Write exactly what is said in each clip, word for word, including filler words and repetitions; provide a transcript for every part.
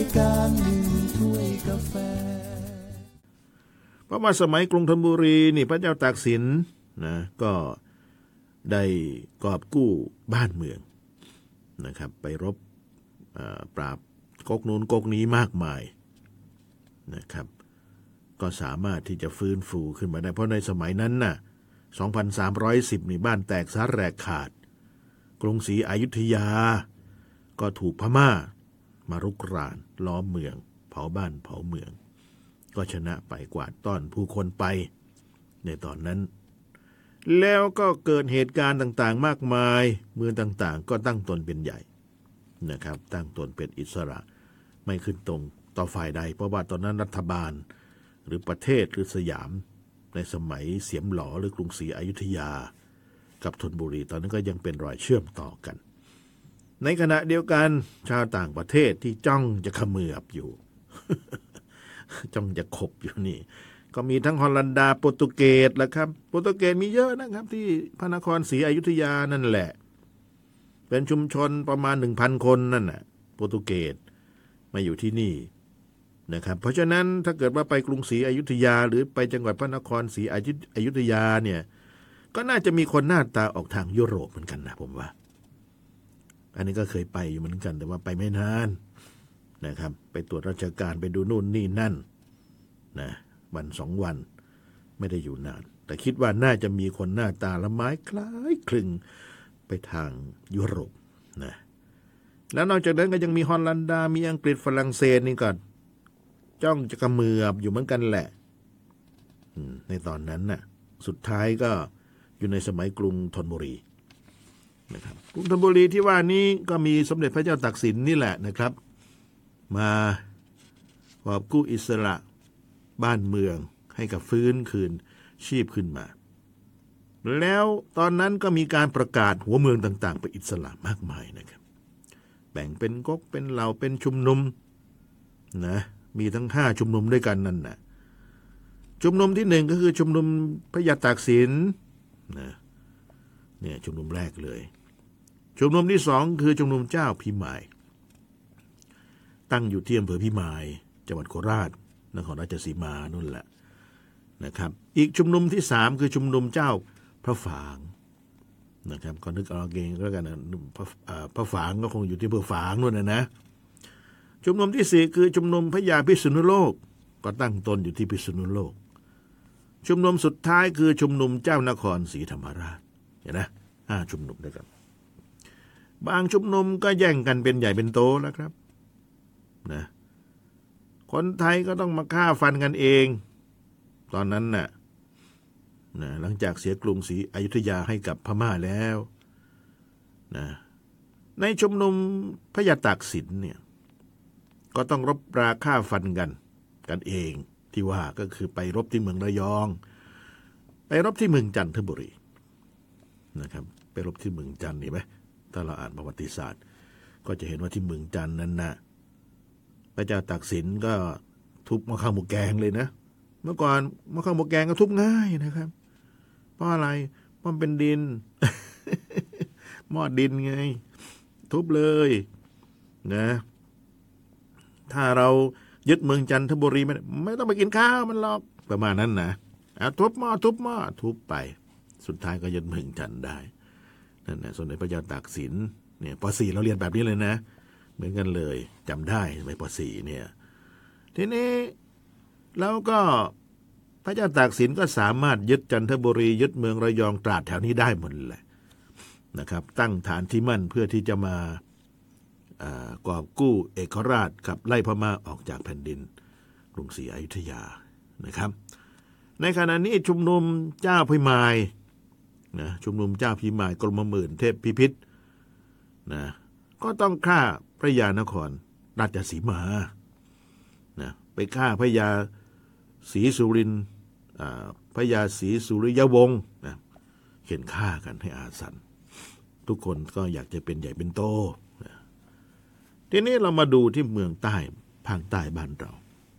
ายการดื่มถ้วยกาแฟเพราะว่าสมัยกรุงธนบุรีนี่พระเจ้าตากสินนะก็ได้กอบกู้บ้านเมืองนะครับไปรบปราบก๊กนู้นก๊กนี้มากมายนะครับก็สามารถที่จะฟื้นฟูขึ้นมาได้เพราะในสมัยนั้นน่ะสองพันสามร้อยสิบนี่บ้านแตกสาแหรกขาดกรุงศรีอยุธยาก็ถูกพม่ามารุกรานล้อมเมืองเผาบ้านเผาเมืองก็ชนะไปกวาดต้อนผู้คนไปในตอนนั้นแล้วก็เกิดเหตุการณ์ต่างๆมากมายเมืองต่างๆก็ตั้งตนเป็นใหญ่นะครับตั้งตนเป็นอิสระไม่ขึ้นตรงต่อฝ่ายใดเพราะว่าตอนนั้นรัฐบาลหรือประเทศหรือสยามในสมัยเสียมหลอหรือกรุงศรีอยุธยากับธนบุรีตอนนั้นก็ยังเป็นรอยเชื่อมต่อกันในขณะเดียวกันชาวต่างประเทศที่จ้องจะเขมือบอยู่ จ้องจะขบอยู่นี่ก็มีทั้งฮอลันดาโปรตุเกสแหละครับโปรตุเกสมีเยอะนะครับที่พระนครศรีอยุธยานั่นแหละเป็นชุมชนประมาณ หนึ่งพัน คนนั่นน่ะโปรตุเกสมาอยู่ที่นี่นะครับเพราะฉะนั้นถ้าเกิดว่าไปกรุงศรีอยุธยาหรือไปจังหวัดพระนครศรีอยุธยาเนี่ยก็น่าจะมีคนหน้าตาออกทางยุโรปเหมือนกันนะผมว่าอันนี้ก็เคยไปอยู่เหมือนกันแต่ว่าไปไม่นานนะครับไปตรวจราชการไปดูนู่นนี่นั่นนะวันสองวันไม่ได้อยู่นานแต่คิดว่าน่าจะมีคนหน้าตาละไม้คล้ายคลึงไปทางยุโรปนะแล้วนอกจากนั้นก็ยังมีฮอลันดามีอังกฤษฝรั่งเศสนี่ก็จ้องจะกระเมือบอยู่เหมือนกันแหละในตอนนั้นน่ะสุดท้ายก็อยู่ในสมัยกรุงธนบุรีนะครับกรุงธนบุรีที่ว่านี้ก็มีสมเด็จพระเจ้าตากสินนี่แหละนะครับมากอบกู้อิสระบ้านเมืองให้กับฟื้นคืนชีพขึ้นมาแล้วตอนนั้นก็มีการประกาศหัวเมืองต่างๆไปอิสระมากมายนะครับแบ่งเป็นก๊กเป็นเหล่าเป็นชุมนุมนะมีทั้งห้าชุมนุมด้วยกันนั่นนะชุมนุมที่หนึ่งก็คือชุมนุมพระยาตากสินนะเนี่ยชุมนุมแรกเลยชุมนุมที่สองคือชุมนุมเจ้าพิมายตั้งอยู่ที่อำเภอพิมายจังหวัดโคราชนครราชสีมานู่นแหละนะครับอีกชุมนุมที่สามคือชุมนุมเจ้าพระฝางนะครับก็นึกเอาเองก็แล้วกันนะพระพระฝางก็คงอยู่ที่อำเภอฝางนู่นนะนะชุมนุมที่สี่คือชุมนุมพระยาพิษณุโลกก็ตั้งตนอยู่ที่พิษณุโลกชุมนุมสุดท้ายคือชุมนุมเจ้านครศรีธรรมราชเห็นนะห้าชุมนุมด้วยกันบางชุมนุมก็แย่งกันเป็นใหญ่เป็นโตแล้วครับนะคนไทยก็ต้องมาฆ่าฟันกันเองตอนนั้นน่ะนะหลังจากเสียกรุงศรีอยุธยาให้กับพม่าแล้วนะในชุมนุมพระยาตากสินเนี่ยก็ต้องรบราฆ่าฟันกันกันเองที่ว่าก็คือไปรบที่เมืองระยองไปรบที่เมืองจันทบุรีนะครับไปรบที่เมืองจันทร์เห็นไหมถ้าเราอ่านประวัติศาสตร์ก็จะเห็นว่าที่เมืองจันทร์นั้นนะพระเจ้าตากสินก็ทุบมะข้าวหมูแกงเลยนะเมื่อก่อนมะข้าวหมูแกงก็ทุบง่ายนะครับเพราะอะไรเพราะมันเป็นดิน หม้อดินไงทุบเลยนะถ้าเรายึดเมืองจันทบุรีไม่ไม่ต้องไปกินข้าวมันหรอกประมาณนั้นนะเอาทุบหม้อทุบหม้อทุบไปสุดท้ายก็ยึดเมืองจันทร์ได้นั่นแหละสมเด็จพระเจ้าตากสินเนี่ยป.สี่ เราเรียนแบบนี้เลยนะเหมือนกันเลยจำได้ในป.สี่ เนี่ยทีนี้แล้วก็พระเจ้าตากสินก็สามารถยึดจันทบุรียึดเมืองระยองตราดแถวนี้ได้หมดแหละนะครับตั้งฐานที่มั่นเพื่อที่จะมากอบกู้เอกราชกับไล่พม่าออกจากแผ่นดินกรุงศรีอยุธยานะครับในขณะนี้ชุมนุมเจ้าพิมายนะชุมนุมเจ้าพิมายกรมหมื่นเทพพิพิธนะก็ต้องฆ่าพระยานครราชสีมานะไปฆ่าพระยาศรีสุรินทร์พระยาศรีสุริยวงศ์นะเข็นฆ่ากันให้อาสันทุกคนก็อยากจะเป็นใหญ่เป็นโตนะทีนี้เรามาดูที่เมืองใต้ภาคใต้บ้านเรา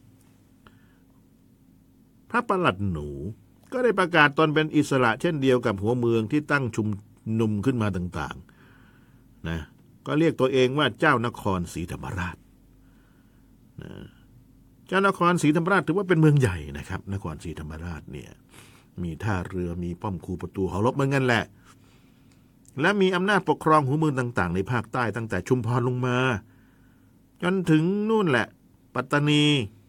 พระประหลัดหนูก็ได้ประกาศตนเป็นอิสระเช่นเดียวกับหัวเมืองที่ตั้งชุมนุมขึ้นมาต่างๆนะก็เรียกตัวเองว่าเจ้านครศรีธรรมราชเจ้านครศรีธรรมราชถือว่าเป็นเมืองใหญ่นะครับนครศรีธรรมราชเนี่ยมีท่าเรือมีป้อมคูประตูหอรบเหมือนกันแหละและมีอำนาจปกครองหัวเมืองต่างๆในภาคใต้ตั้งแต่ชุมพรลงมาจนถึงนู่นแหละปัตตานี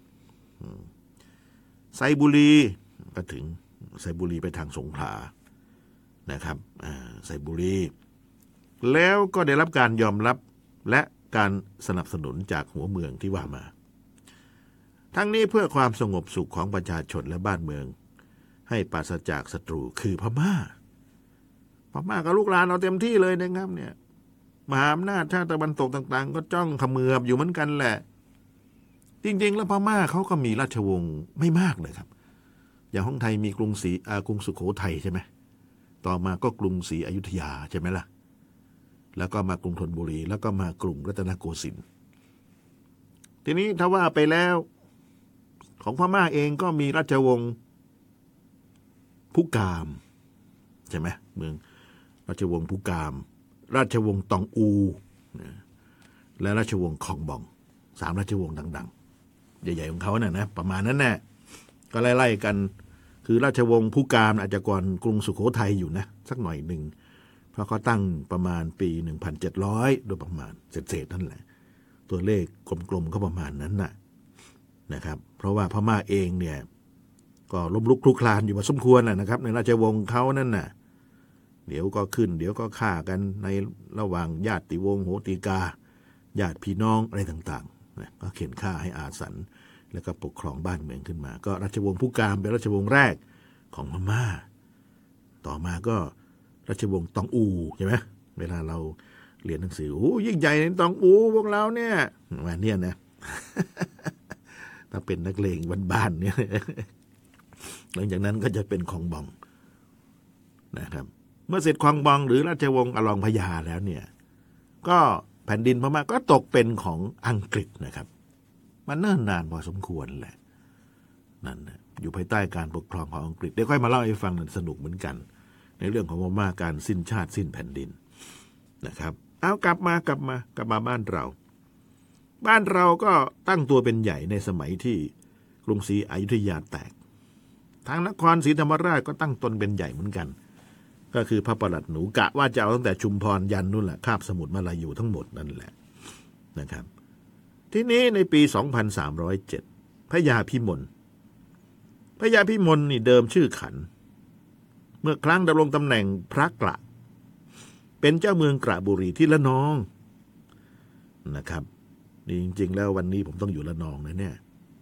ไซบุรีก็ถึงไซบุรีไปทางสงขลานะครับไซบุรีแล้วก็ได้รับการยอมรับและการสนับสนุนจากหัวเมืองที่ว่ามาทั้งนี้เพื่อความสงบสุขของประชาชนและบ้านเมืองให้ปราศจากศัตรูคือพม่าพม่ากับลูกหลานเอาเต็มที่เลยนะครับเนี่ยมหาอำนาจชาติตะวันตกต่างๆก็จ้องเขมือบอยู่เหมือนกันแหละจริงๆแล้วพม่าเขาก็มีราชวงศ์ไม่มากเลยครับอย่างของไทยมีกรุงศรีอากรุงสุโขทัยใช่ไหมต่อมาก็กรุงศรีอยุธยาใช่ไหมล่ะแล้วก็มากรุงธนบุรีแล้วก็มากรุงรัตนโกสินทร์ทีนี้ถ้าว่าไปแล้วของพม่าเองก็มีราชวงศ์พุกามใช่ไหมเมืองราชวงศ์พุกามราชวงศ์ตองอูและราชวงศ์คองบองสามราชวงศ์ดังๆใหญ่ๆของเขาน่ะนะประมาณนั้นแหละก็ไล่ๆกันคือราชวงศ์พุกามอาจจะก่อนกรุงสุโขทัยอยู่นะสักหน่อยหนึ่งเพราะเขาตั้งประมาณปีหนึ่งพันเจ็ดร้อยโดยประมาณเศษๆนั่นแหละตัวเลขกลมๆก็ประมาณนั้นน่ะนะครับเพราะว่าพม่าเองเนี่ยก็ล้มลุกคลุกคลานอยู่พอสมควรแหละนะครับในราชวงศ์เขานั่นน่ะเดี๋ยวก็ขึ้นเดี๋ยวก็ฆ่ากันในระหว่างญาติวงศ์โหติกาญาติพี่น้องอะไรต่างๆนะก็เข็นฆ่าให้อาสันแล้วก็ปกครองบ้านเมืองขึ้นมาก็ราชวงศ์พุกามเป็นราชวงศ์แรกของพม่าต่อมาก็ราชวงศ์ตองอูใช่ไหมเวลาเราเรียนหนังสือโอ้ยิ่งใหญ่ในตองอูพวกเราเนี่ยมาเนี่ยนะ ถ้าเป็นนักเลงบ้านๆเนี่ยหลังจากนั้นก็จะเป็นคองบองนะครับเมื่อเสร็จคองบองหรือราชวงศ์อลองพญาแล้วเนี่ยก็แผ่นดินพม่าก็ตกเป็นของอังกฤษนะครับมันเนิ่นนานพอสมควรแหละนั่นนะอยู่ภายใต้การปกครองของอังกฤษเดี๋ยวค่อยมาเล่าให้ฟังนั่นสนุกเหมือนกันในเรื่องของพม่าการสิ้นชาติสิ้นแผ่นดินนะครับเอากลับมากลับมากลับมาบ้านเราบ้านเราก็ตั้งตัวเป็นใหญ่ในสมัยที่กรุงศรีอยุธยาแตกทางนครศรีธรรมราชก็ตั้งตนเป็นใหญ่เหมือนกันก็คือพระประหลัดหนูกะว่าจะเอาตั้งแต่ชุมพรยันนู่นแหละคาบสมุทรมาลายูทั้งหมดนั่นแหละนะครับทีนี้ในปีสองพันสามร้อยเจ็ดพระยาพิมลพระยาพิมลนี่เดิมชื่อขันเมื่อครั้งดำรงตำแหน่งพระกระเป็นเจ้าเมืองกระบุรีที่ละนองนะครับนี่จริงๆแล้ววันนี้ผมต้องอยู่ละนองนะเนี่ย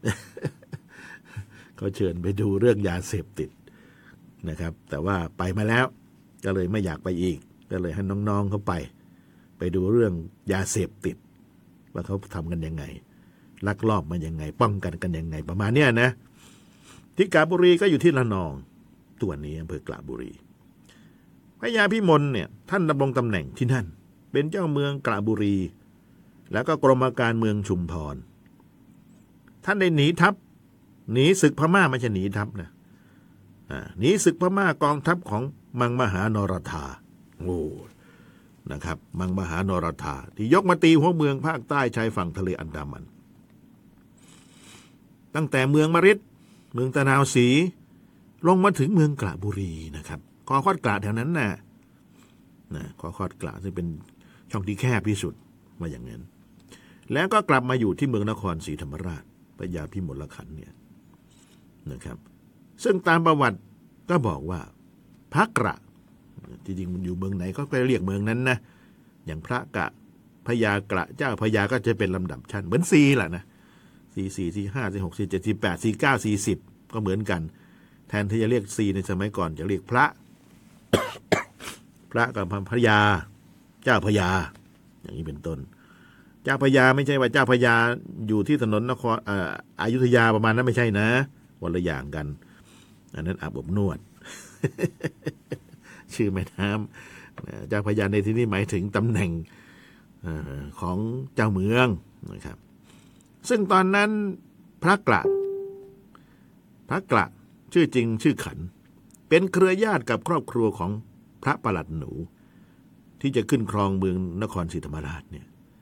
ก็เชิญไปดูเรื่องยาเสพติดนะครับแต่ว่าไปมาแล้วก็เลยไม่อยากไปอีกก็เลยให้น้องๆเขาไปไปดูเรื่องยาเสพติดว่าเขาทำกันยังไงลักลอบมายังไงป้องกันกันยังไงประมาณเนี้ยนะที่กาญจนบุรีก็อยู่ที่ละนองตัวนี้อำเภอกาญจนบุรีพระยาพิมลเนี่ยท่านดำรงตำแหน่งที่นั่นเป็นเจ้าเมืองกาญจนบุรีแล้วก็กรมการเมืองชุมพรท่านได้หนีทัพหนีศึกพม่าไม่ใช่หนีทัพนะหนีศึกพม่ากองทัพของมังมหานรธาโอ้นะครับมังมหานรธาที่ยกมาตีหัวเมืองภาคใต้ชายฝั่งทะเลอันดามันตั้งแต่เมืองมฤตเมืองตะนาวศรีลงมาถึงเมืองกระบุรีนะครับคอคอดกระแถวนั้นน่ะนะคอคอดกระซึ่งเป็นช่องที่แคบที่สุดว่าอย่างนั้นแล้วก็กลับมาอยู่ที่เมืองนครศรีธรรมราชพระยาพิมลขันธ์เนี่ยนะครับซึ่งตามประวัติก็บอกว่าพระกระจริงๆมันอยู่เมืองไหนก็ไปเรียกเมืองนั้นนะอย่างพระกะพญากระเจ้าพญาก็จะเป็นลำดับชั้นเหมือนซีแหละนะสี่สี่สี่ห้าสี่หกสี่เจ็ดสี่แปดสี่เก้าสี่สิบก็เหมือนกันแทนที่จะเรียกซีในสมัยก่อนจะเรียกพระ พระกับพญาเจ้าพญาอย่างนี้เป็นต้นเจ้าพญาไม่ใช่ว่าเจ้าพญาอยู่ที่ถนนนครเอ่ออยุธยาประมาณนั้นไม่ใช่นะวันละอย่างกันอันนั้นอาบอบนวด ชื่อแม่น้ำเจ้าพญาในที่นี้หมายถึงตำแหน่งของเจ้าเมืองนะครับซึ่งตอนนั้นพระกระพระกระชื่อจริงชื่อขันเป็นเครือญาติกับครอบครัวของพระประหลัดหนูที่จะขึ้นครองเมืองนครศรีธรรมราชเนี่ย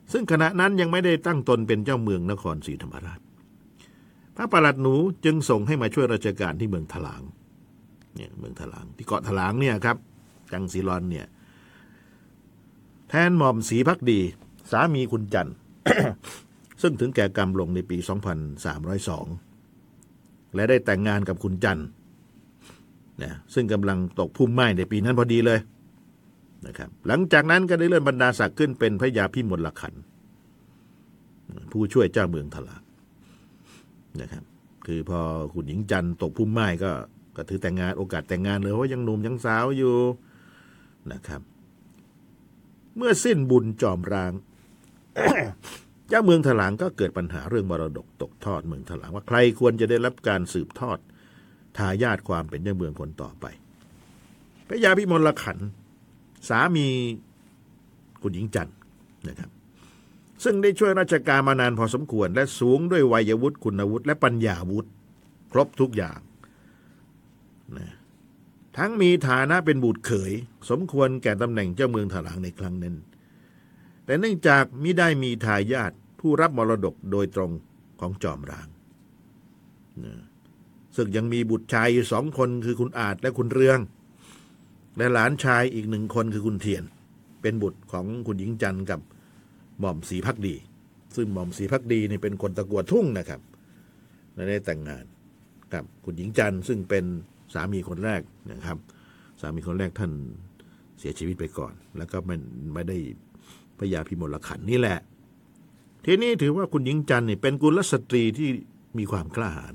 ซึ่งขณะนั้นยังไม่ได้ตั้งตนเป็นเจ้าเมืองนครศรีธรรมราชพระประหลัดหนูจึงส่งให้มาช่วยราชการที่เมืองถลางเนี่ยเมืองถลางที่เกาะถลางเนี่ยครับจังสีรอนเนี่ยแทนหม่อมศรีภักดีสามีคุณจันทร์ ซึ่งถึงแก่กรรมลงในปี สองพันสามร้อยสอง และได้แต่งงานกับคุณจันทร์นะซึ่งกำลังตกพุ่มไม้ในปีนั้นพอดีเลยนะครับหลังจากนั้นก็ได้เลื่อนบรรดาศักดิ์ขึ้นเป็นพระยาพิมลขันธ์ผู้ช่วยเจ้าเมืองถลางนะครับคือพอคุณหญิงจันทร์ตกพุ่มไม้ก็ก็ถือแต่งงานโอกาสแต่งงานเลยเพราะยังหนุ่มยังสาวอยู่นะครับเมื่อสิ้นบุญจอมราง เจ้าเมืองถลางก็เกิดปัญหาเรื่องมรดกตกทอดเมืองถลางว่าใครควรจะได้รับการสืบทอดทายาทความเป็นเจ้าเมืองคนต่อไปพระยาพิมลขันธ์สามีคุณหญิงจันทร์นะครับซึ่งได้ช่วยราชการมานานพอสมควรและสูงด้วยวัยวุฒิคุณวุฒิและปัญญาวุฒิครบทุกอย่างนะทั้งมีฐานะเป็นบุตรเขยสมควรแก่ตำแหน่งเจ้าเมืองถลางในครั้งนั้นแต่เนื่องจากมิได้มีทายาทผู้รับมรดกโดยตรงของจอมรางนะซึ่งยังมีบุตรชายอยู่สองคนคือคุณอาจและคุณเรืองและหลานชายอีกหนึ่งคนคือคุณเทียนเป็นบุตรของคุณหญิงจันทร์กับหม่อมศรีภักดีซึ่งหม่อมศรีภักดีนี่เป็นคนตะกั่วทุ่งนะครับและได้แต่งงานกับคุณหญิงจันทร์ซึ่งเป็นสามีคนแรกนะครับสามีคนแรกท่านเสียชีวิตไปก่อนแล้วก็ไม่ไม่ได้พระยาพิมลขันธ์นี่แหละทีนี้ถือว่าคุณหญิงจันทร์นี่เป็นกุลสตรีที่มีความกล้าหาญ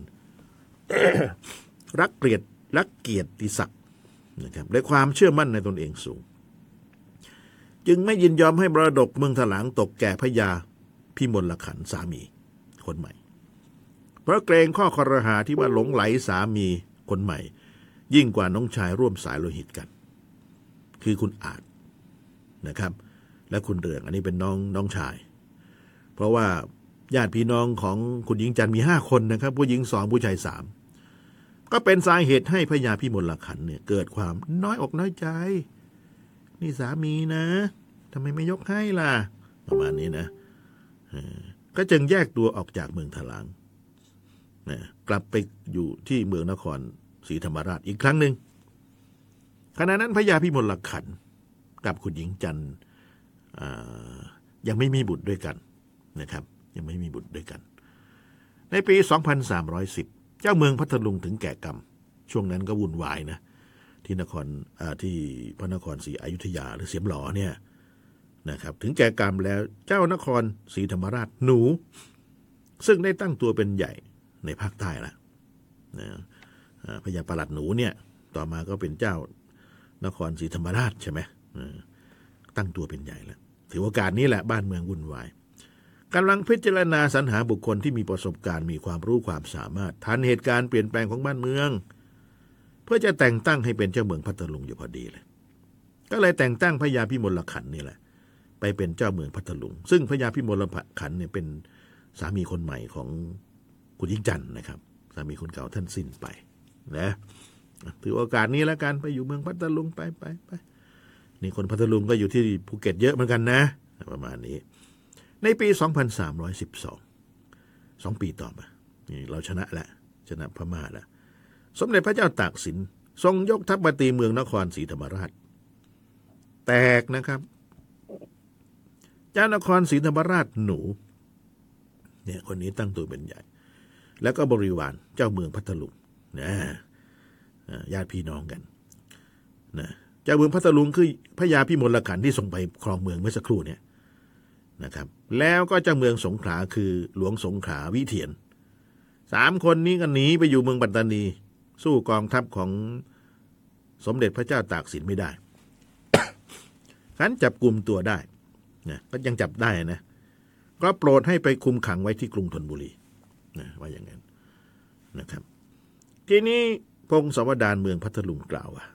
รักเกียรติรักเกียรติศักดิ์นะครับและความเชื่อมั่นในตนเองสูงจึงไม่ยินยอมให้มรดกเมืองถลางตกแก่พระยาพิมลขันธ์สามีคนใหม่เพราะเกรงข้อคอรหาที่ว่าหลงไหลสามีคนใหม่ยิ่งกว่าน้องชายร่วมสายโลหิตกันคือคุณอาจนะครับและคุณเรืองอันนี้เป็นน้องน้องชายเพราะว่าญาติพี่น้องของคุณหญิงจันทร์มีห้าคนนะครับผู้หญิงสองผู้ชายสามก็เป็นสาเหตุให้พระยาพิมลขันธ์เนี่ยเกิดความน้อยอกน้อยใจนี่สามีนะทำไมไม่ยกให้ล่ะประมาณนี้นะก็จึงแยกตัวออกจากเมืองถลางนะกลับไปอยู่ที่เมืองนครศรีธรรมราชอีกครั้งหนึ่งขณะนั้นพระยาพิมลขันธ์กับคุณหญิงจันทร์ยังไม่มีบุตรด้วยกันนะครับยังไม่มีบุตรด้วยกันในปี สองพันสามร้อยสิบ เจ้าเมืองพัทลุงถึงแก่กรรมช่วงนั้นก็วุ่นวายนะที่นครที่พระนครศรีอยุธยาหรือเสียมหล่อเนี่ยนะครับถึงแก่กรรมแล้วเจ้านครศรีธรรมราชหนูซึ่งได้ตั้งตัวเป็นใหญ่ในภาคใต้ละนะพญาประหลัดหนูเนี่ยต่อมาก็เป็นเจ้านครศรีธรรมราชใช่ไหมตั้งตัวเป็นใหญ่แล้วถือโอกาสนี้แหละบ้านเมืองวุ่นวายกำลังพิจารณาสรรหาบุคคลที่มีประสบการณ์มีความรู้ความสามารถทันเหตุการณ์เปลี่ยนแปลงของบ้านเมืองเพื่อจะแต่งตั้งให้เป็นเจ้าเมืองพัทลุงอยู่พอดีเลยก็เลยแต่งตั้งพระยาพิมลขันธ์นี่แหละไปเป็นเจ้าเมืองพัทลุงซึ่งพระยาพิมลขันธ์เนี่ยเป็นสามีคนใหม่ของคุณหญิงจันทร์นะครับสามีคนเก่าท่านสิ้นไปนะถือโอกาสนี้แล้วกันไปอยู่เมืองพัทลุงไปไปไปนี่คนพัทลุงก็อยู่ที่ภูเก็ตเยอะเหมือนกันนะประมาณนี้ในปี สองพันสามร้อยสิบสอง สองปีต่อมานี่เราชนะแล้วชนะพม่าแล้วสมเด็จพระเจ้าตากสินทรงยกทัพมาตีเมืองนครศรีธรรมราชแตกนะครับเจ้านครศรีธรรมราชหนูเนี่ยคนนี้ตั้งตัวเป็นใหญ่แล้วก็บริวารเจ้าเมืองพัทลุงนะญาติพี่น้องกันนะเจ้าเมืองพัทลุงคือพระยาพิมลขันธ์ที่ส่งไปครองเมืองเมื่อสักครู่เนี่ยนะครับแล้วก็เจ้าเมืองสงขลาคือหลวงสงขลาวิเถียรสามคนนี้ก็หนีไปอยู่เมืองปัตตานีสู้กองทัพของสมเด็จพระเจ้าตากสินไม่ได้ ขันจับกลุ่มตัวได้นะก็ยังจับได้นะก็โปรดให้ไปคุมขังไว้ที่กรุงธนบุรีนะว่าอย่างนั้นนะครับทีนี้พงศาวดารเมืองพัทลุงกล่าวว่า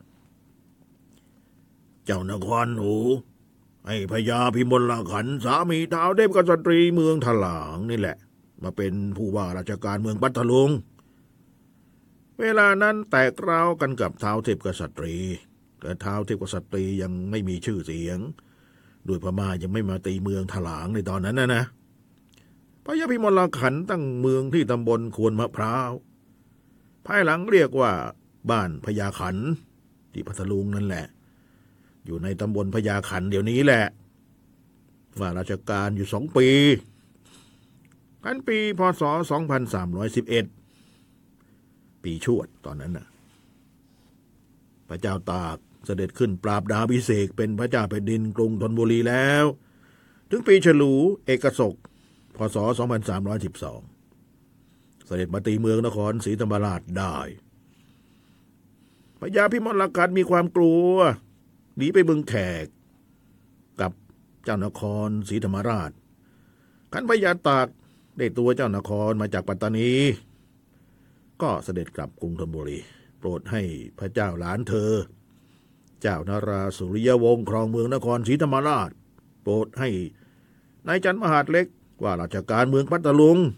เจ้านครหนูให้พญาพิมลขันธ์สามีท้าวเทพกษัตรีเมืองถลางนี่แหละมาเป็นผู้ว่าราชการเมืองพัทลุงเวลานั้นแตกร้าวกันกับท้าวเทพกษัตรีแต่ท้าวเทพกษัตรียังไม่มีชื่อเสียงโดยพม่ายังไม่มาตีเมืองถลางในตอนนั้นนะนะพญาพิมลขันธ์ตั้งเมืองที่ตำบลควนมะพร้าวภายหลังเรียกว่าบ้านพญาขันธ์ที่พัทลุงนั่นแหละอยู่ในตำบลพญาขันธ์เดี๋ยวนี้แหละว่าราชการอยู่สองปีกันปีพศสองพันสามร้อยสิบเอ็ดปีชวดตอนนั้นน่ะพระเจ้าตากเสด็จขึ้นปราบดาภิเษกเป็นพระเจ้าแผ่นดินกรุงธนบุรีแล้วถึงปีฉลูเอกศกพศสองพันสามร้อยสิบสองเสด็จมาตีเมืองนครศรีธรรมราชได้พญาพิมลขันธ์มีความกลัวหนีไปบึงแขกกับเจ้านครศรีธรรมราชขันพญาตากได้ตัวเจ้านครมาจากปัตตานีก็เสด็จกลับกรุงธนบุรีโปรดให้พระเจ้าหลานเธอเจ้านาราสุริยวงศ์ครองเมืองนครศรีธรรมราชโปรดให้นายจันทร์มหาดเล็กว่าราชการเมืองพัทลุง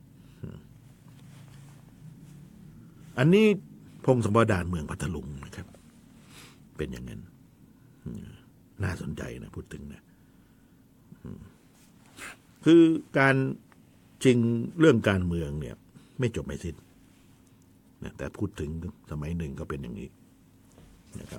อันนี้พงศาวดารเมืองพัทลุงนะครับเป็นอย่างนั้นน่าสนใจนะพูดถึงนะคือการจริงเรื่องการเมืองเนี่ยไม่จบไม่สิ้นนะแต่พูดถึงสมัยหนึ่งก็เป็นอย่างนี้นะครับ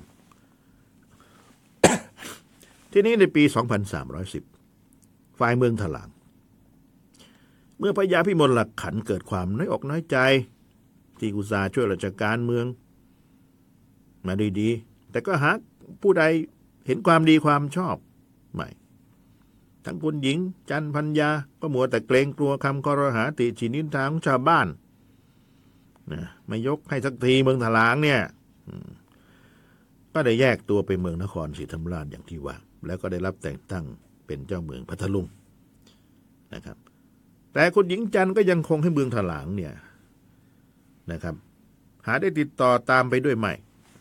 ทีนี้ในปีสองพันสามร้อยสิบฝ่ายเมืองถลางเมื่อพญาพิมลขันธ์เกิดความน้อยอกน้อยใจที่อุตสาห์ช่วยราชการเมืองมาดีๆแต่ก็หาผู้ใดเห็นความดีความชอบไม่ทั้งคุณหญิงจันพัญญาก็มัวแต่เกรงกลัวคำคอรหาติฉินนินทาของชาวบ้านนะไม่ยกให้สักทีเมืองถลางเนี่ยก็ได้แยกตัวไปเมืองนครศรีธรรมราชอย่างที่ว่าแล้วก็ได้รับแต่งตั้งเป็นเจ้าเมืองพัทลุงนะครับแต่คุณหญิงจันก็ยังคงให้เมืองถลางเนี่ยนะครับหาได้ติดต่อตามไปด้วยไหม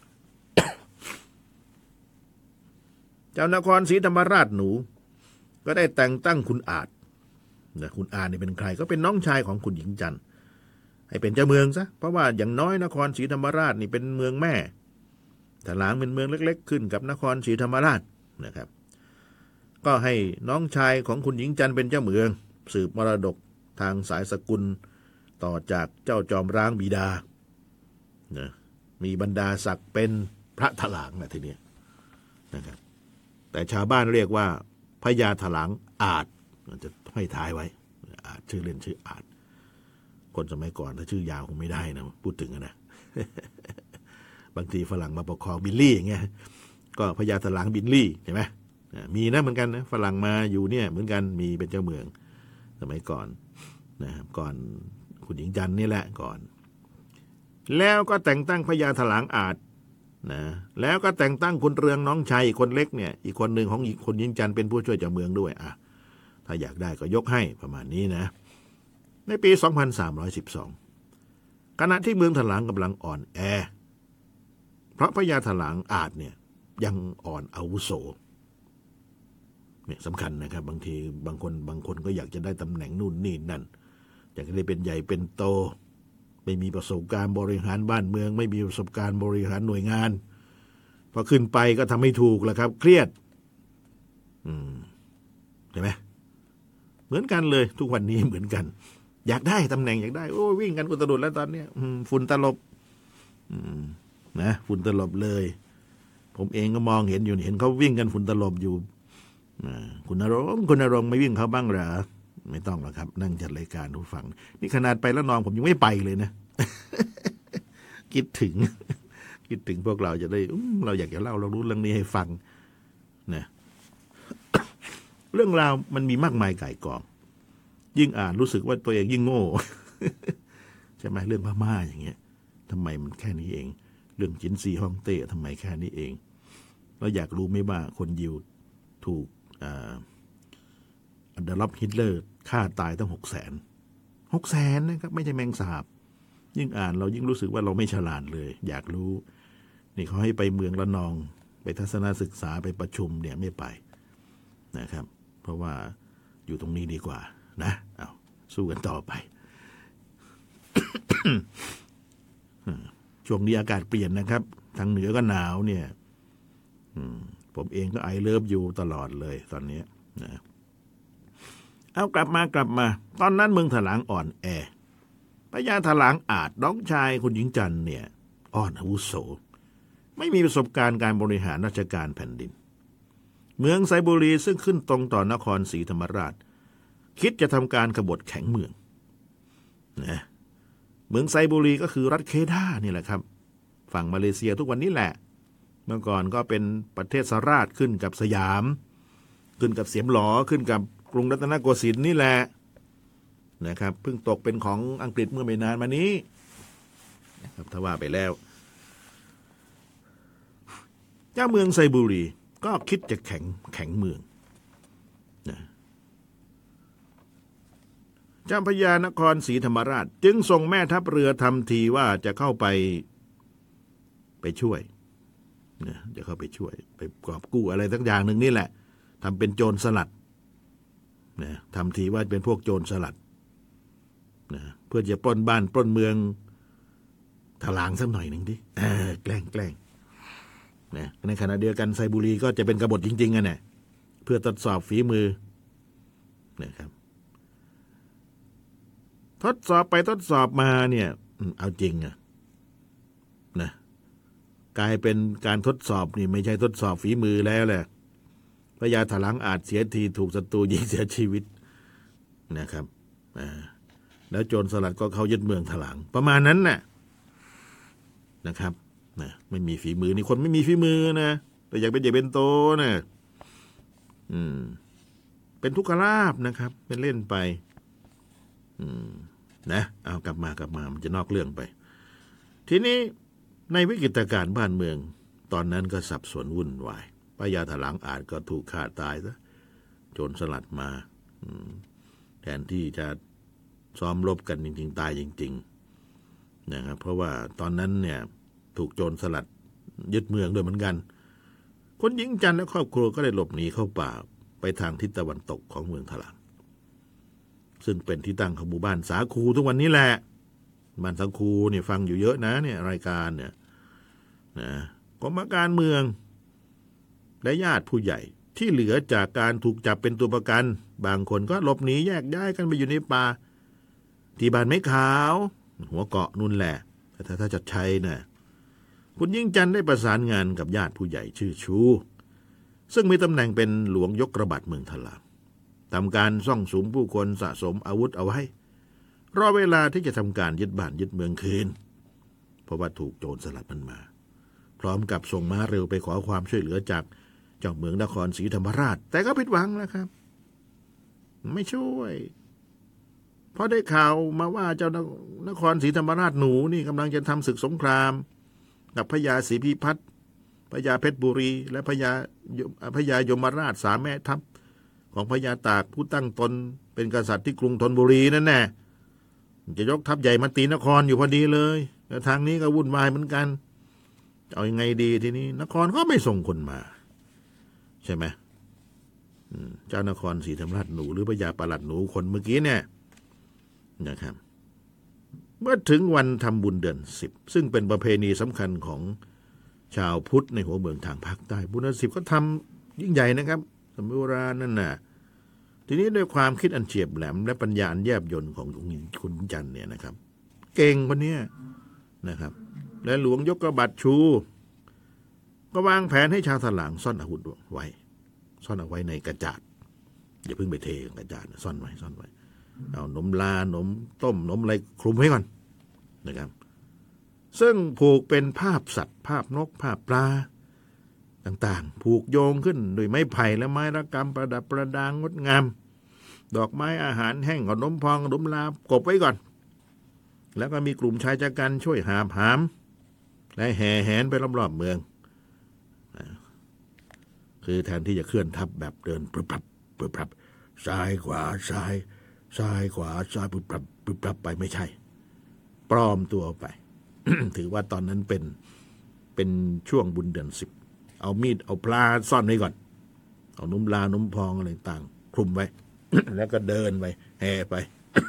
เจ้านครศรีธรรมราชหนูก็ได้แต่งตั้งคุณอาจนะคุณอาจนี่เป็นใครก็เป็นน้องชายของคุณหญิงจันทร์ให้เป็นเจ้าเมืองซะเพราะว่าอย่างน้อยนครศรีธรรมราชนี่เป็นเมืองแม่ถลางเป็นเมืองเล็กๆขึ้นกับนครศรีธรรมราชนะครับก็ให้น้องชายของคุณหญิงจันทร์เป็นเจ้าเมืองสืบมรดกทางสายสกุลต่อจากเจ้าจอมร้างบิดานะมีบรรดาศักดิ์เป็นพระถลางนะทีนี้นะครับแต่ชาวบ้านเรียกว่าพญาถลางอาจจะให้ท้ายไว้อาจชื่อเล่นชื่ออาจคนสมัยก่อนถ้าชื่อยาวคงไม่ได้นะพูดถึงนะ บางทีฝรั่งมาปกครองบิลลี่อย่างเงี้ยก็พญาถลางบิลลี่ใช่ไหมมีนะเหมือนกันนะฝรั่งมาอยู่เนี่ยเหมือนกันมีเป็นเจ้าเมืองสมัยก่อนนะครับก่อนคุณหญิงจันทร์นี่แหละก่อนแล้วก็แต่งตั้งพญาถลางอาจนะแล้วก็แต่งตั้งคุณเรืองน้องชายอีกคนเล็กเนี่ยอีกคนหนึ่งของอีกคนหญิงจันทร์เป็นผู้ช่วยเจ้าเมืองด้วยอ่ะถ้าอยากได้ก็ยกให้ประมาณนี้นะในปีสองพันสามร้อยสิบสองขณะที่เมืองถลางกำลังอ่อนแอเพราะพญาถลางอาจเนี่ยยังอ่อนอาวุโสเนี่ยสำคัญนะครับบางทีบางคนบางคนก็อยากจะได้ตำแหน่งนู่นนี่นั่นอยากจะได้เป็นใหญ่เป็นโตไม่มีประสบการณ์บริหารบ้านเมืองไม่มีประสบการณ์บริหารหน่วยงานพอขึ้นไปก็ทำไม่ถูกแล้วครับเครียดอืมใช่ไหมเหมือนกันเลยทุกวันนี้เหมือนกันอยากได้ตำแหน่งอยากได้โอ้วิ่งกันอุตรุดแล้วตอนเนี้ยฝุ่นตลบนะฝุ่นตลบเลยผมเองก็มองเห็นอยู่เห็นเขาวิ่งกันฝุ่นตลบอยู่คุณนรงค์คุณนรงค์ไม่วิ่งเขาบ้างเหรอไม่ต้องหรอกครับนั่งจัดรายการผู้ฟังนี่ขนาดไปแล้วนองผมยังไม่ไปเลยนะ คิดถึง คิดถึงพวกเราจะได้เราอยากจะเล่าเรารู้เรื่องนี้ให้ฟังนะ เรื่องราวมันมีมากมายก่ายกองยิ่งอ่านรู้สึกว่าตัวเองยิ่งโง่ ใช่ไหมเรื่องพม่าอย่างเงี้ยทำไมมันแค่นี้เองเรื่องจินซีฮ่องเต้ทำไมแค่นี้เองเราอยากรู้ไหมว่าคนยิวถูกอันเดอร์ล็อปฮิตเลอร์ฆ่าตายตั้งหกแสนหกแสนนะครับไม่ใช่แมงสาบยิ่งอ่านเรายิ่งรู้สึกว่าเราไม่ฉลาดเลยอยากรู้นี่เขาให้ไปเมืองละนองไปทัศนศึกษาไปประชุมเนี่ยไม่ไปนะครับเพราะว่าอยู่ตรงนี้ดีกว่านะเอาสู้กันต่อไป ช่วงนี้อากาศเปลี่ยนนะครับทางเหนือก็หนาวเนี่ยผมเองก็ไอเลิฟอยู่ตลอดเลยตอนนี้นะเอากลับมากลับมาตอนนั้นเมืองถลางอ่อนแอพญาถลางอาจน้องชายคุณหญิงจันทร์เนี่ยอ่อนอาวุโสไม่มีประสบการณ์การบริหารราชการแผ่นดินเมืองไซบุรีซึ่งขึ้นตรงต่อนครศรีธรรมราชคิดจะทำการกบฏแข็งเมืองนะเมืองไซบุรีก็คือรัฐเคดานี่แหละครับฝั่งมาเลเซียทุกวันนี้แหละเมื่อก่อนก็เป็นประเทศสราชขึ้นกับสยามขึ้นกับเสียมหลอขึ้นกับกรุงรัตนโกสินทร์นี่แหละนะครับเพิ่งตกเป็นของอังกฤษเมื่อไม่นานมานี้นะครับถ้าว่าไปแล้วเจ้าเมืองไซบุรีก็คิดจะแข็งแข็งเมืองนะเจ้าพญานครศรีธรรมราชจึงส่งแม่ทัพเรือทำทีว่าจะเข้าไปไปช่วยนะจะเข้าไปช่วยไปกอบกู้อะไรทั้งอย่างหนึ่งนี่แหละทำเป็นโจรสลัดนะทำทีว่าเป็นพวกโจรสลัดนะเพื่อจะปล้นบ้านปล้นเมืองถลางสักหน่อยหนึ่งดิเออแกล้งแกล้งนะในขณะเดียวกันไซบุรีก็จะเป็นกบฏจริงๆอ่ะเนี่ยเพื่อทดสอบฝีมือนะครับทดสอบไปทดสอบมาเนี่ยเอาจริงอ่ะนะกลายเป็นการทดสอบนี่ไม่ใช่ทดสอบฝีมือแล้วแหละพญาถลางอาจเสียทีถูกศัตรูยิงเสียชีวิตนะครับอ่าแล้วโจรสลัดก็เข้ายึดเมืองถลางประมาณนั้นน่ะนะครับนะไม่มีฝีมือนี่คนไม่มีฝีมือนะแต่อยากเป็นใหญ่เป็นโตนะอืมเป็นทุกขลาภนะครับเป็นเล่นไปอืมนะเอากลับมากลับมามันจะนอกเรื่องไปทีนี้ในวิกฤตการณ์บ้านเมืองตอนนั้นก็สับสนวุ่นวายพญาถลางอาจก็ถูกฆ่าตายซะโจรสลัดมาแทนที่จะซ้อมรบกันจริงๆตายจริงๆนะครับเพราะว่าตอนนั้นเนี่ยถูกโจรสลัดยึดเมืองด้วยเหมือนกันคนหญิงจันทร์และครอบครัวก็ได้หลบหนีเข้าป่าไปทางทิศตะวันตกของเมืองถลางซึ่งเป็นที่ตั้งของหมู่บ้านสาคูทุกวันนี้แหละบ้านสาคูเนี่ยฟังอยู่เยอะนะเนี่ยรายการเนี่ยนะกรมการเมืองและญาติผู้ใหญ่ที่เหลือจากการถูกจับเป็นตัวประกันบางคนก็หลบหนีแยกย้ายกันไปอยู่ในป่าที่บ้านไม้ขาวหัวเกาะนู่นแหละแต่ถ้าจัดชัยนะคุณยิ่งจันทร์ได้ประสานงานกับญาติผู้ใหญ่ชื่อชูซึ่งมีตำแหน่งเป็นหลวงยกระบาดเมืองถลางทำการซ่องสุมผู้คนสะสมอาวุธเอาไว้รอเวลาที่จะทำการยึดบ้านยึดเมืองคืนเพราะว่าถูกโจรสลัดมันมาพร้อมกับส่งม้าเร็วไปขอความช่วยเหลือจากเจ้าเมืองนครศรีธรรมราชแต่ก็ผิดหวังแล้วครับไม่ช่วยเพราะได้ข่าวมาว่าเจ้านครศรีธรรมราชหนูนี่กำลังจะทำศึกสงครามกับพญาศรีพิพัฒน์พญาเพชรบุรีและพญาพญายมราชสามแม่ทัพของพญาตากผู้ตั้งตนเป็นกษัตริย์ที่กรุงธนบุรีนั่นแน่จะยกทัพใหญ่มาตีนครอยู่พอดีเลยแต่ทางนี้ก็วุ่นวายเหมือนกันเอายังไงดีทีนี้นครก็ไม่ส่งคนมาใช่ไหมเจ้านครศรีธรรมราชหนูหรือพญาปลัดหนูคนเมื่อกี้เนี่ยนะครับเมื่อถึงวันทำบุญเดือนสิบซึ่งเป็นประเพณีสำคัญของชาวพุทธในหัวเมืองทางภาคใต้บุญเดือนสิบก็ทำยิ่งใหญ่นะครับสมัยโบราณนั่นน่ะทีนี้ด้วยความคิดอันเฉียบแหลมและปัญญาอันแยบยลของคุณจันทร์เนี่ยนะครับเก่งคนนี้นะครับและหลวงยกกระบาดชูก็วางแผนให้ชาวถลางซ่อนอาวุธไว้ซ่อนเอาไว้ในกระจาดอย่าเพิ่งไปเทกระจาดซ่อนไว้ซ่อนไว้เอานมลานมต้มนมอะไรคลุมไว้ก่อนนะครับซึ่งผูกเป็นภาพสัตว์ภาพนกภาพปลาต่างๆผูกโยงขึ้นโดยไม้ไผ่และไม้ระกำประดับประดางงดงามดอกไม้อาหารแห้งขนมพองขนมลากบไว้ก่อนแล้วก็มีกลุ่มชายชะกันช่วยหาบหามและแห่แหนไปรอบๆเมืองคือแทนที่จะเคลื่อนทัพแบบเดินปรับปรับปรับปรับซ้ายขวาซ้ายซ้ายขวาซ้ายปรับปรับปรับปรับไปไม่ใช่ปลอมตัวไป ถือว่าตอนนั้นเป็นเป็นช่วงบุญเดือนสิบเอามีดเอาปลาซ่อนไว้ก่อนเอานุ่มลานุ่มพองอะไรต่างคลุมไว้ แล้วก็เดินไปแห่ไป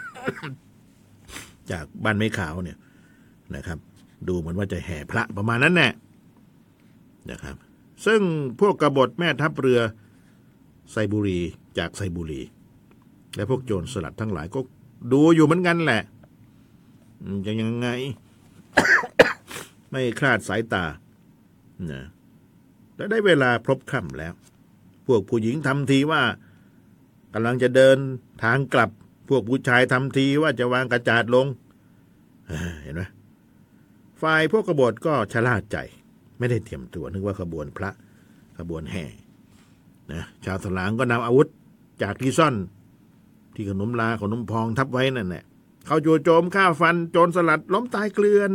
จากบ้านไม้ขาวเนี่ยนะครับดูเหมือนว่าจะแห่พระประมาณนั้นแน่นะครับซึ่งพวกกบฏแม่ทัพเรือไซบุรีจากไซบุรีและพวกโจรสลัดทั้งหลายก็ดูอยู่เหมือนกันแหละจะยังไง ไม่คลาดสายตานะและได้เวลาพบค่ำแล้ว พวกผู้หญิงทำทีว่ากำลังจะเดินทางกลับพวกผู้ชายทำทีว่าจะวางกระจาดลงเห็นไหมฝ่ายพวกกบฏก็ชะล่าใจไม่ได้เตรียมตัวนึกว่าขบวนพระขบวนแห่นะชาวถลางก็นำอาวุธจากที่ซ่อนที่ขนมลาขนมพองทับไว้นั่นแหละเขาจู่โจมฆ่าฟันโจรสลัดล้มตายเกลื่อน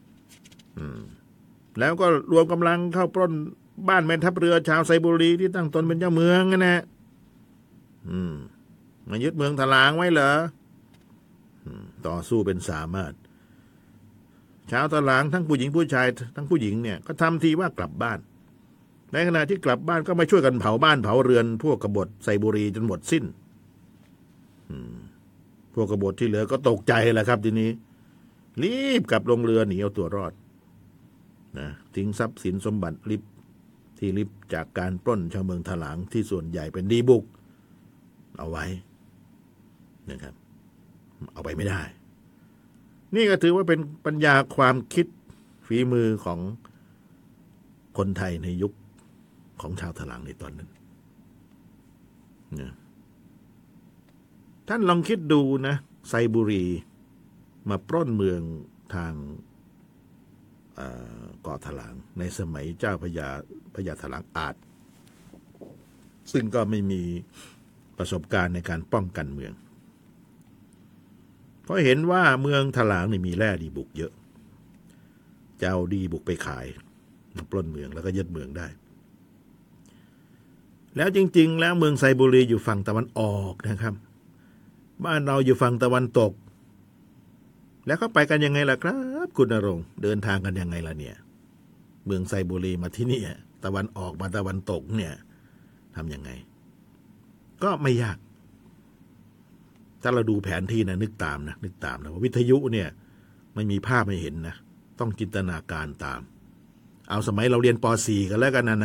แล้วก็รวมกำลังเข้าปล้นบ้านแม่ทัพเรือชาวไซบุรีที่ตั้งตนเป็นเจ้าเมืองนะนะมายึดเมืองถลางไว้เหรอต่อสู้เป็นสามารถชาวถลางทั้งผู้หญิงผู้ชายทั้งผู้หญิงเนี่ยก็ทำทีว่ากลับบ้านในขณะที่กลับบ้านก็มาช่วยกันเผาบ้านเผาเรือนพวกกบฏไซบุรีจนหมดสิ้นพวกกบฏที่เหลือก็ตกใจแหละครับทีนี้รีบกลับลงเรือหนีเอาตัวรอดนะทิ้งทรัพย์สินสมบัติลิบที่ลิบจากการปล้นชาวเมืองถลางที่ส่วนใหญ่เป็นดีบุกเอาไว้นะครับเอาไปไม่ได้นี่ก็ถือว่าเป็นปัญญาความคิดฝีมือของคนไทยในยุคของชาวถลางในตอนนั้นนะท่านลองคิดดูนะไซบุรีมาปล้นเมืองทางเกาะถลางในสมัยเจ้าพญาพญาถลางอาจซึ่งก็ไม่มีประสบการณ์ในการป้องกันเมืองเพราะเห็นว่าเมืองถลางนี่มีแร่ดีบุกเยอะจะเอาดีบุกไปขายมาปล้นเมืองแล้วก็ยึดเมืองได้แล้วจริงๆแล้วเมืองไซบุรีอยู่ฝั่งตะวันออกนะครับบ้านเราอยู่ฝั่งตะวันตกแล้วเขาไปกันยังไงล่ะครับคุณณรงค์เดินทางกันยังไงล่ะเนี่ยเมืองไซบุรีมาที่นี่ตะวันออกมาตะวันตกเนี่ยทำยังไงก็ไม่ยากถ้าเราดูแผนที่นะนึกตามนะนึกตามนะว่าวิทยุเนี่ยไม่มีภาพไม่เห็นนะต้องจินตนาการตามเอาสมัยเราเรียนป .สี่ กันแล้วกันนะนะ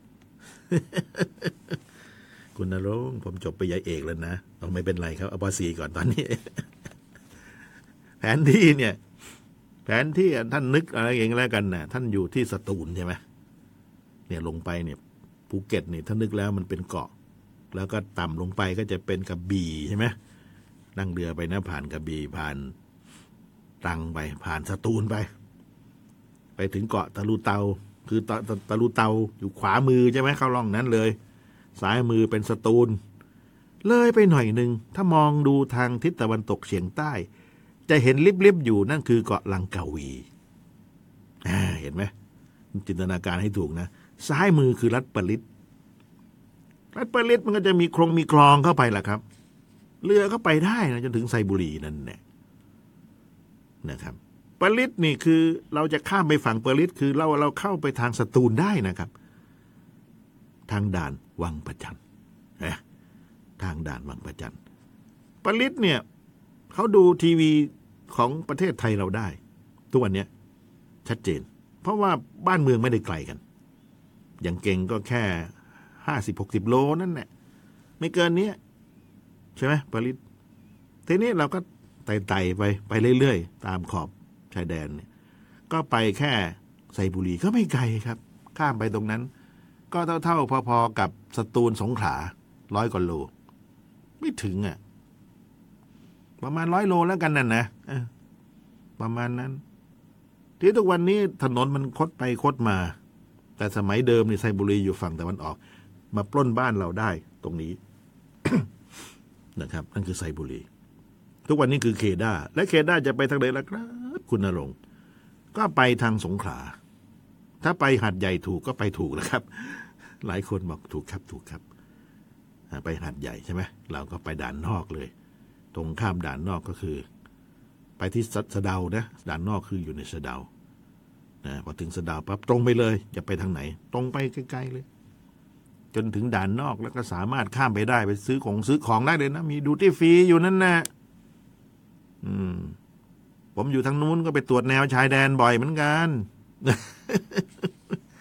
คุณณรงค์ผมจบปริญญาเอกแล้วนะต้องไม่เป็นไรครับเอาป .สี่ ก่อนตอนนี้ แผนที่เนี่ยแผนที่ท่านนึกอะไรเองแล้วกันนะท่านอยู่ที่สตูลใช่ไหมเนี่ยลงไปเนี่ยภูเก็ตเนี่ยท่านนึกแล้วมันเป็นเกาะแล้วก็ต่ำลงไปก็จะเป็นกระบี่ใช่ไหมนั่งเรือไปนะผ่านกระบี่ผ่านตรังไปผ่านสตูลไปไปถึงเกาะตะลุเตาคือตะตะลุเตาอยู่ขวามือใช่ไหมเข้าร่องนั้นเลยซ้ายมือเป็นสตูลเลยไปหน่อยหนึ่งถ้ามองดูทางทิศตะวันตกเฉียงใต้จะเห็นลิบๆอยู่นั่นคือเกาะลังกาวีเห็นไหมจินตนาการให้ถูกนะซ้ายมือคือรัฐปริตรัฐปริตมันก็จะมีโครงมีคลองเข้าไปล่ะครับเรือเข้าไปได้นะจนถึงไซบุรีนั่นแหละนะครับปริตนี่คือเราจะข้ามไปฝั่งปริตคือเราเราเข้าไปทางสตูลได้นะครับทางด่านวังประจันนะทางด่านวังประจันปริตเนี่ยเขาดูทีวีของประเทศไทยเราได้ทุกวันนี้ชัดเจนเพราะว่าบ้านเมืองไม่ได้ไกลกันอย่างเก่งก็แค่ห้าสิบหกสิบโลนั่นแหละไม่เกินนี้ใช่ไหมปริตทีนี้เราก็ไต่ๆไปไปเรื่อยๆตามขอบชายแดนเนี่ยก็ไปแค่ไซบุรีก็ไม่ไกลครับข้ามไปตรงนั้นก็เท่าๆพอๆกับสตูลสงขลาร้อยกว่าโลไม่ถึงอ่ะประมาณร้อยโลแล้วกันนั่นนะประมาณนั้นที่ทุกวันนี้ถนนมันคดไปคดมาแต่สมัยเดิมนี่ไซบุรีอยู่ฝั่งตะวันออกมาปล้นบ้านเราได้ตรงนี้ นะครับนั่นคือไซบุรีทุกวันนี้คือเคด้าและเคด้าจะไปทางไหนล่ะครับคุณณรงค์ก็ไปทางสงขลาถ้าไปหาดใหญ่ถูกก็ไปถูกแล้วครับหลายคนบอกถูกครับถูกครับไปหาดใหญ่ใช่ไหมเราก็ไปด่านนอกเลยตรงข้ามด่านนอกก็คือไปที่สะเดานะด่านนอกคืออยู่ในสะเดานะพอถึงสะเดาปั๊บตรงไปเลยจะไปทางไหนตรงไปไกลๆเลยจนถึงด่านนอกแล้วก็สามารถข้ามไปได้ไปซื้อของซื้อของได้เลยนะมีดูตี้ฟรีอยู่นั่นนะอืมผมอยู่ทางนู้นก็ไปตรวจแนวชายแดนบ่อยเหมือนกัน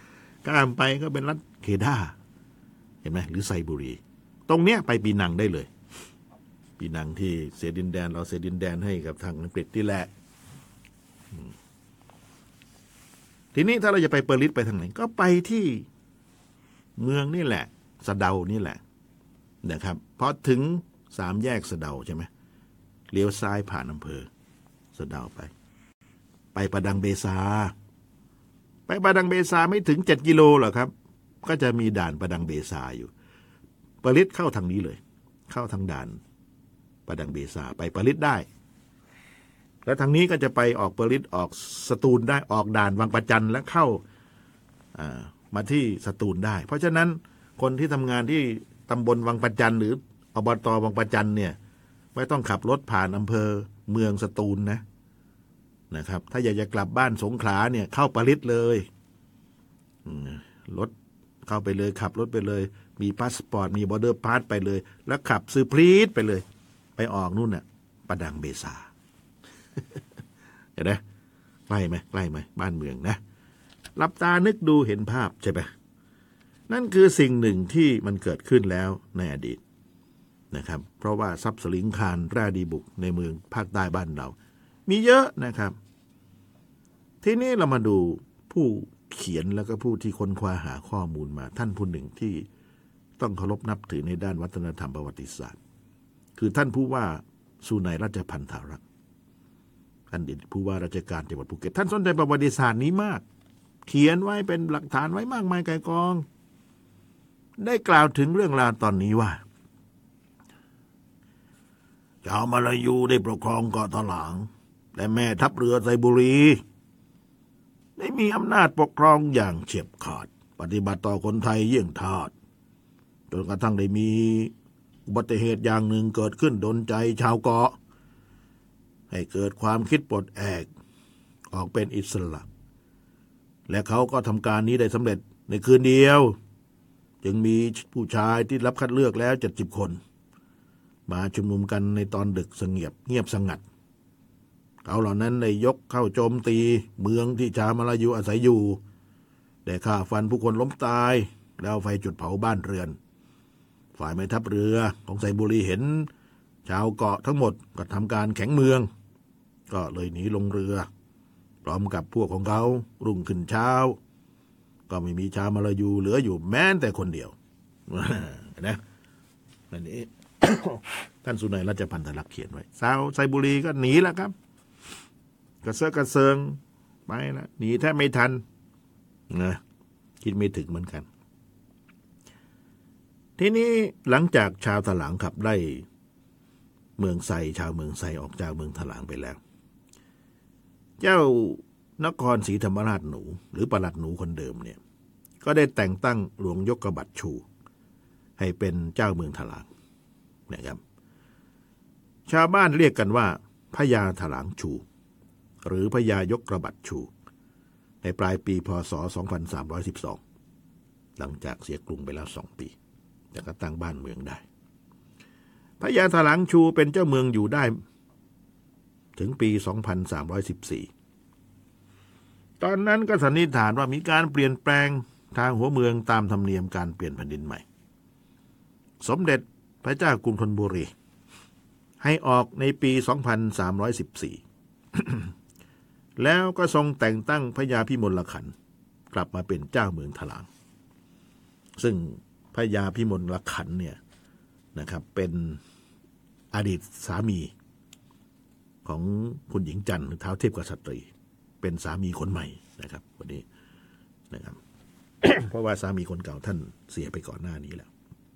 ข้ามไปก็เป็นรัฐเคดาเห็นไหมหรือไซบุรี ตรงเนี้ยไปปีนังได้เลยปีนังที่เสียดินแดนเราเสียดินแดนให้กับทางอังกฤษที่แหละทีนี้ถ้าเราจะไปเปอร์ลิสไปทางไหนก็ไปที่เมืองนี่แหละสะเดานี่แหละนะครับพอถึงสามแยกสะเดาใช่ไหมเลี้ยวซ้ายผ่านอำเภอสะเดาไปไปประดังเบซาไปประดังเบซาไม่ถึงเจ็ดกิโลหรอกครับก็จะมีด่านประดังเบซาอยู่เปอร์ลิสเข้าทางนี้เลยเข้าทางด่านประดังเบซาไปเปอร์ลิสได้แล้วทางนี้ก็จะไปออกเปอร์ลิสออกสตูลได้ออกด่านวังประจันและเข้ามาที่สตูลได้เพราะฉะนั้นคนที่ทำงานที่ตำบลวังประจันหรืออบตวังประจันเนี่ยไม่ต้องขับรถผ่านอำเภอเมืองสตูลนะนะครับถ้าอยากจะกลับบ้านสงขลาเนี่ยเข้าปริตเลยรถเข้าไปเลยขับรถไปเลยมีพาสปอร์ตมีบอร์เดอร์พาสไปเลยแล้วขับซื้อพลีดไปเลยไปออกนู่นน่ะประดังเบซาเห็นไหมใกล้ไหมใกล้ไหมบ้านเมืองนะหลับตานึกดูเห็นภาพใช่ไหมนั่นคือสิ่งหนึ่งที่มันเกิดขึ้นแล้วในอดีตนะครับเพราะว่าทรัพย์สลิงคารแร่ดีบุกในเมืองภาคใต้บ้านเรามีเยอะนะครับทีนี้เรามาดูผู้เขียนแล้วก็ผู้ที่ค้นคว้าหาข้อมูลมาท่านผู้หนึ่งที่ต้องเคารพนับถือในด้านวัฒนธรรมประวัติศาสตร์คือท่านผู้ว่าสุนัยราชพันธารักษ์ท่านผู้ว่าราชการจังหวัดภูเก็ตท่านสนใจประวัติศาสตร์นี้มากเขียนไว้เป็นหลักฐานไว้มากมายไกลกองได้กล่าวถึงเรื่องราวตอนนี้ว่าชาวมาลายูได้ปกครองเกาะตะหลางและแม่ทัพเรือไซบุรีได้มีอำนาจปกครองอย่างเฉียบขาดปฏิบัติต่อคนไทยเยี่ยงทาสจนกระทั่งได้มีอุบัติเหตุอย่างหนึ่งเกิดขึ้นดลใจชาวเกาะให้เกิดความคิดปลดแอกออกเป็นอิสระและเขาก็ทำการนี้ได้สำเร็จในคืนเดียวจึงมีผู้ชายที่รับคัดเลือกแล้วเจ็ดสิบคนมาชุมนุมกันในตอนดึกสงบเงียบสงัดเขาเหล่านั้นได้ยกเข้าโจมตีเมืองที่ชาวมาลายูอาศัยอยู่ได้ฆ่าฟันผู้คนล้มตายแล้วไฟจุดเผาบ้านเรือนฝ่ายแม่ทัพเรือของไซบุรีเห็นชาวเกาะทั้งหมดก็ทำการแข็งเมืองก็เลยหนีลงเรือพร้อมกับพวกของเขารุ่งขึ้นเช้าก็ไม่มีชาวมาลายูเหลืออยู่แม้แต่คนเดียวนะนั่นเอง ท่านสุนัยราชพันธลักษณ์เขียนไว้ชาวไซบุรีก็หนีแล้วครับกระเซาะกระเซิงไปแล้วหนีแทบไม่ทันนะคิดไม่ถึงเหมือนกันทีนี้หลังจากชาวถลางขับไล่เมืองไซชาวเมืองไซออกจากเมืองถลางไปแล้วเจ้านครศรีธรรมราชหนูหรือปลัดหนูคนเดิมเนี่ยก็ได้แต่งตั้งหลวงยกกบัตรชูให้เป็นเจ้าเมืองถลางนะครับชาวบ้านเรียกกันว่าพญาถลางชูหรือพญายกกระบัดชูในปลายปีพ.ศ. สองพันสามร้อยสิบสองหลังจากเสียกรุงไปแล้วสองปีแต่ก็ตั้งบ้านเมืองได้พญาถลางชูเป็นเจ้าเมืองอยู่ได้ถึงปี สองพันสามร้อยสิบสี่ตอนนั้นก็สันนิษฐานว่ามีการเปลี่ยนแปลงทางหัวเมืองตามธรรมเนียมการเปลี่ยนแผ่นดินใหม่สมเด็จพระเจ้ากรุงธนบุรีให้ออกในปี สองพันสามร้อยสิบสี่ แล้วก็ทรงแต่งตั้งพญาพิมลขันธ์กลับมาเป็นเจ้าเมืองถลางซึ่งพญาพิมลขันธ์เนี่ยนะครับเป็นอดีตสามีของคุณหญิงจันทร์หรือท้าวเทพกษัตรีเป็นสามีคนใหม่นะครับวันนี้นะครับ เพราะว่าสามีคนเก่าท่านเสียไปก่อนหน้านี้แล้ว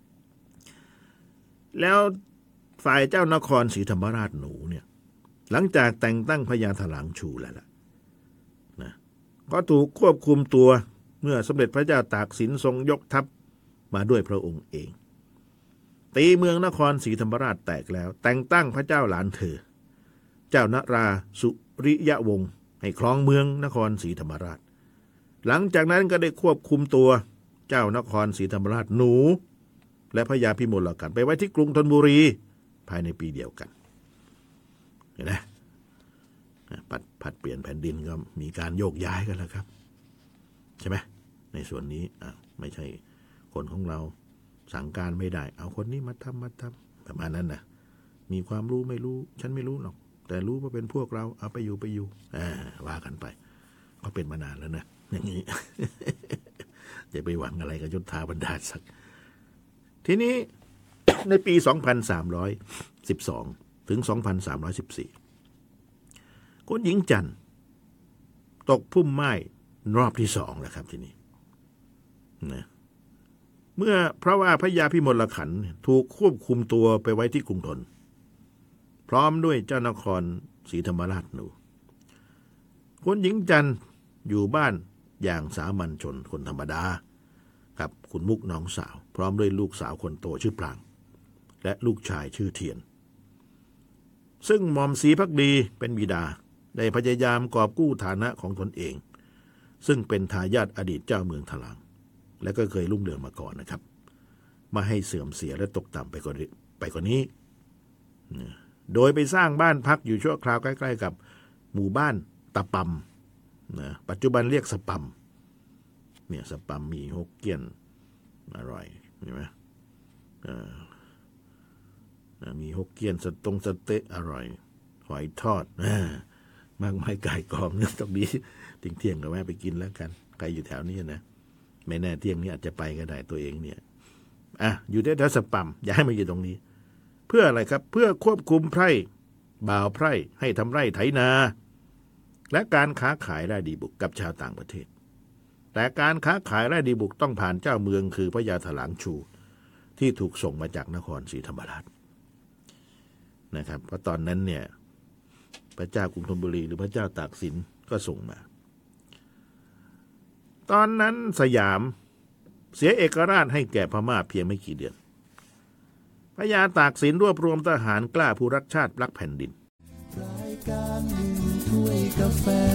แล้วฝ่ายเจ้านครศรีธรรมราชหนูเนี่ยหลังจากแต่งตั้งพญาถลางชูแล้วล่ะนะก็ถูกควบคุมตัวเมื่อสมเด็จพระเจ้าตากสินทรงยกทัพมาด้วยพระองค์เองตีเมืองนครศรีธรรมราชแตกแล้วแต่งตั้งพระเจ้าหลานเธอเจ้านราสุริยวงศ์ให้ครองเมืองนครศรีธรรมราชหลังจากนั้นก็ได้ควบคุมตัวเจ้านครศรีธรรมราชหนูและพญาพิมลขันธ์ไปไว้ที่กรุงธนบุรีภายในปีเดียวกันเห็นไหมผัดผัดเปลี่ยนแผ่นดินก็มีการโยกย้ายกันแล้วครับใช่ไหมในส่วนนี้อ่ะไม่ใช่คนของเราสั่งการไม่ได้เอาคนนี้มาทำมาทำประมาณนั้นนะมีความรู้ไม่รู้ฉันไม่รู้หรอกแต่รู้ว่าเป็นพวกเราเอาไปอยู่ไปอยู่อ่าว่ากันไปก็เป็นมานานแล้วนะอย่างนี้ อย่าไปหวังอะไรกับยศถาบรรดาศักดิ์ทีนี้ ในปีสองพันสามร้อยสิบสองถึงสองพันสามร้อยสิบสี่คุณหญิงจันทร์ตกพุ่มไม้รอบที่สองแล้วครับทีนี้นะเมื่อเพราะว่าพระยาพิมลขันธ์ถูกควบคุมตัวไปไว้ที่กรุงธนพร้อมด้วยเจ้านครศรีธรรมราชหนูคุณหญิงจันทร์อยู่บ้านอย่างสามัญชนคนธรรมดากับคุณมุกน้องสาวพร้อมด้วยลูกสาวคนโตชื่อปรางและลูกชายชื่อเทียนซึ่งหม่อมศรีภักดีเป็นบิดาได้พยายามกอบกู้ฐานะของตนเองซึ่งเป็นทายาทอดีตเจ้าเมืองถลางและก็เคยรุ่งเรืองมาก่อนนะครับมาให้เสื่อมเสียและตกต่ำไปกว่าไปกว่านี้โดยไปสร้างบ้านพักอยู่ชั่วคราวใกล้ๆกับหมู่บ้านตะปำนะปัจจุบันเรียกสปัมเนี่ยสปัมมีฮกเกี้ยนอร่อยเห็นไหมมีฮกเกี้ยนสตงสเต๊ะอร่อยหอยทอดมากมายไก่กองเนี่ยตรงนี้ทิ้งเที่ยงก็แวะไปกินแล้วกันใครอยู่แถวนี้นะไม่แน่เที่ยงนี้อาจจะไปก็ได้ตัวเองเนี่ยอ่ะอยู่ที่แถวสปัมย้ายมาอยู่ตรงนี้เพื่ออะไรครับเพื่อควบคุมไพร่บ่าวไพร่ให้ทำไร่ไถนาและการค้าขายไร่ดีบุกกับชาวต่างประเทศแต่การค้าขายไร่ดีบุกต้องผ่านเจ้าเมืองคือพระยาถลางชูที่ถูกส่งมาจากนครศรีธรรมราชนะครับเพราะตอนนั้นเนี่ยพระเจ้ากรุงธนบุรีหรือพระเจ้าตากสินก็ส่งมาตอนนั้นสยามเสียเอกราชให้แก่พม่าเพียงไม่กี่เดือนพระยาตากสินรวบรวมทหารกล้าผู้รักชาติรักแผ่นดินรายการหนึ่งถ้วยกาแฟ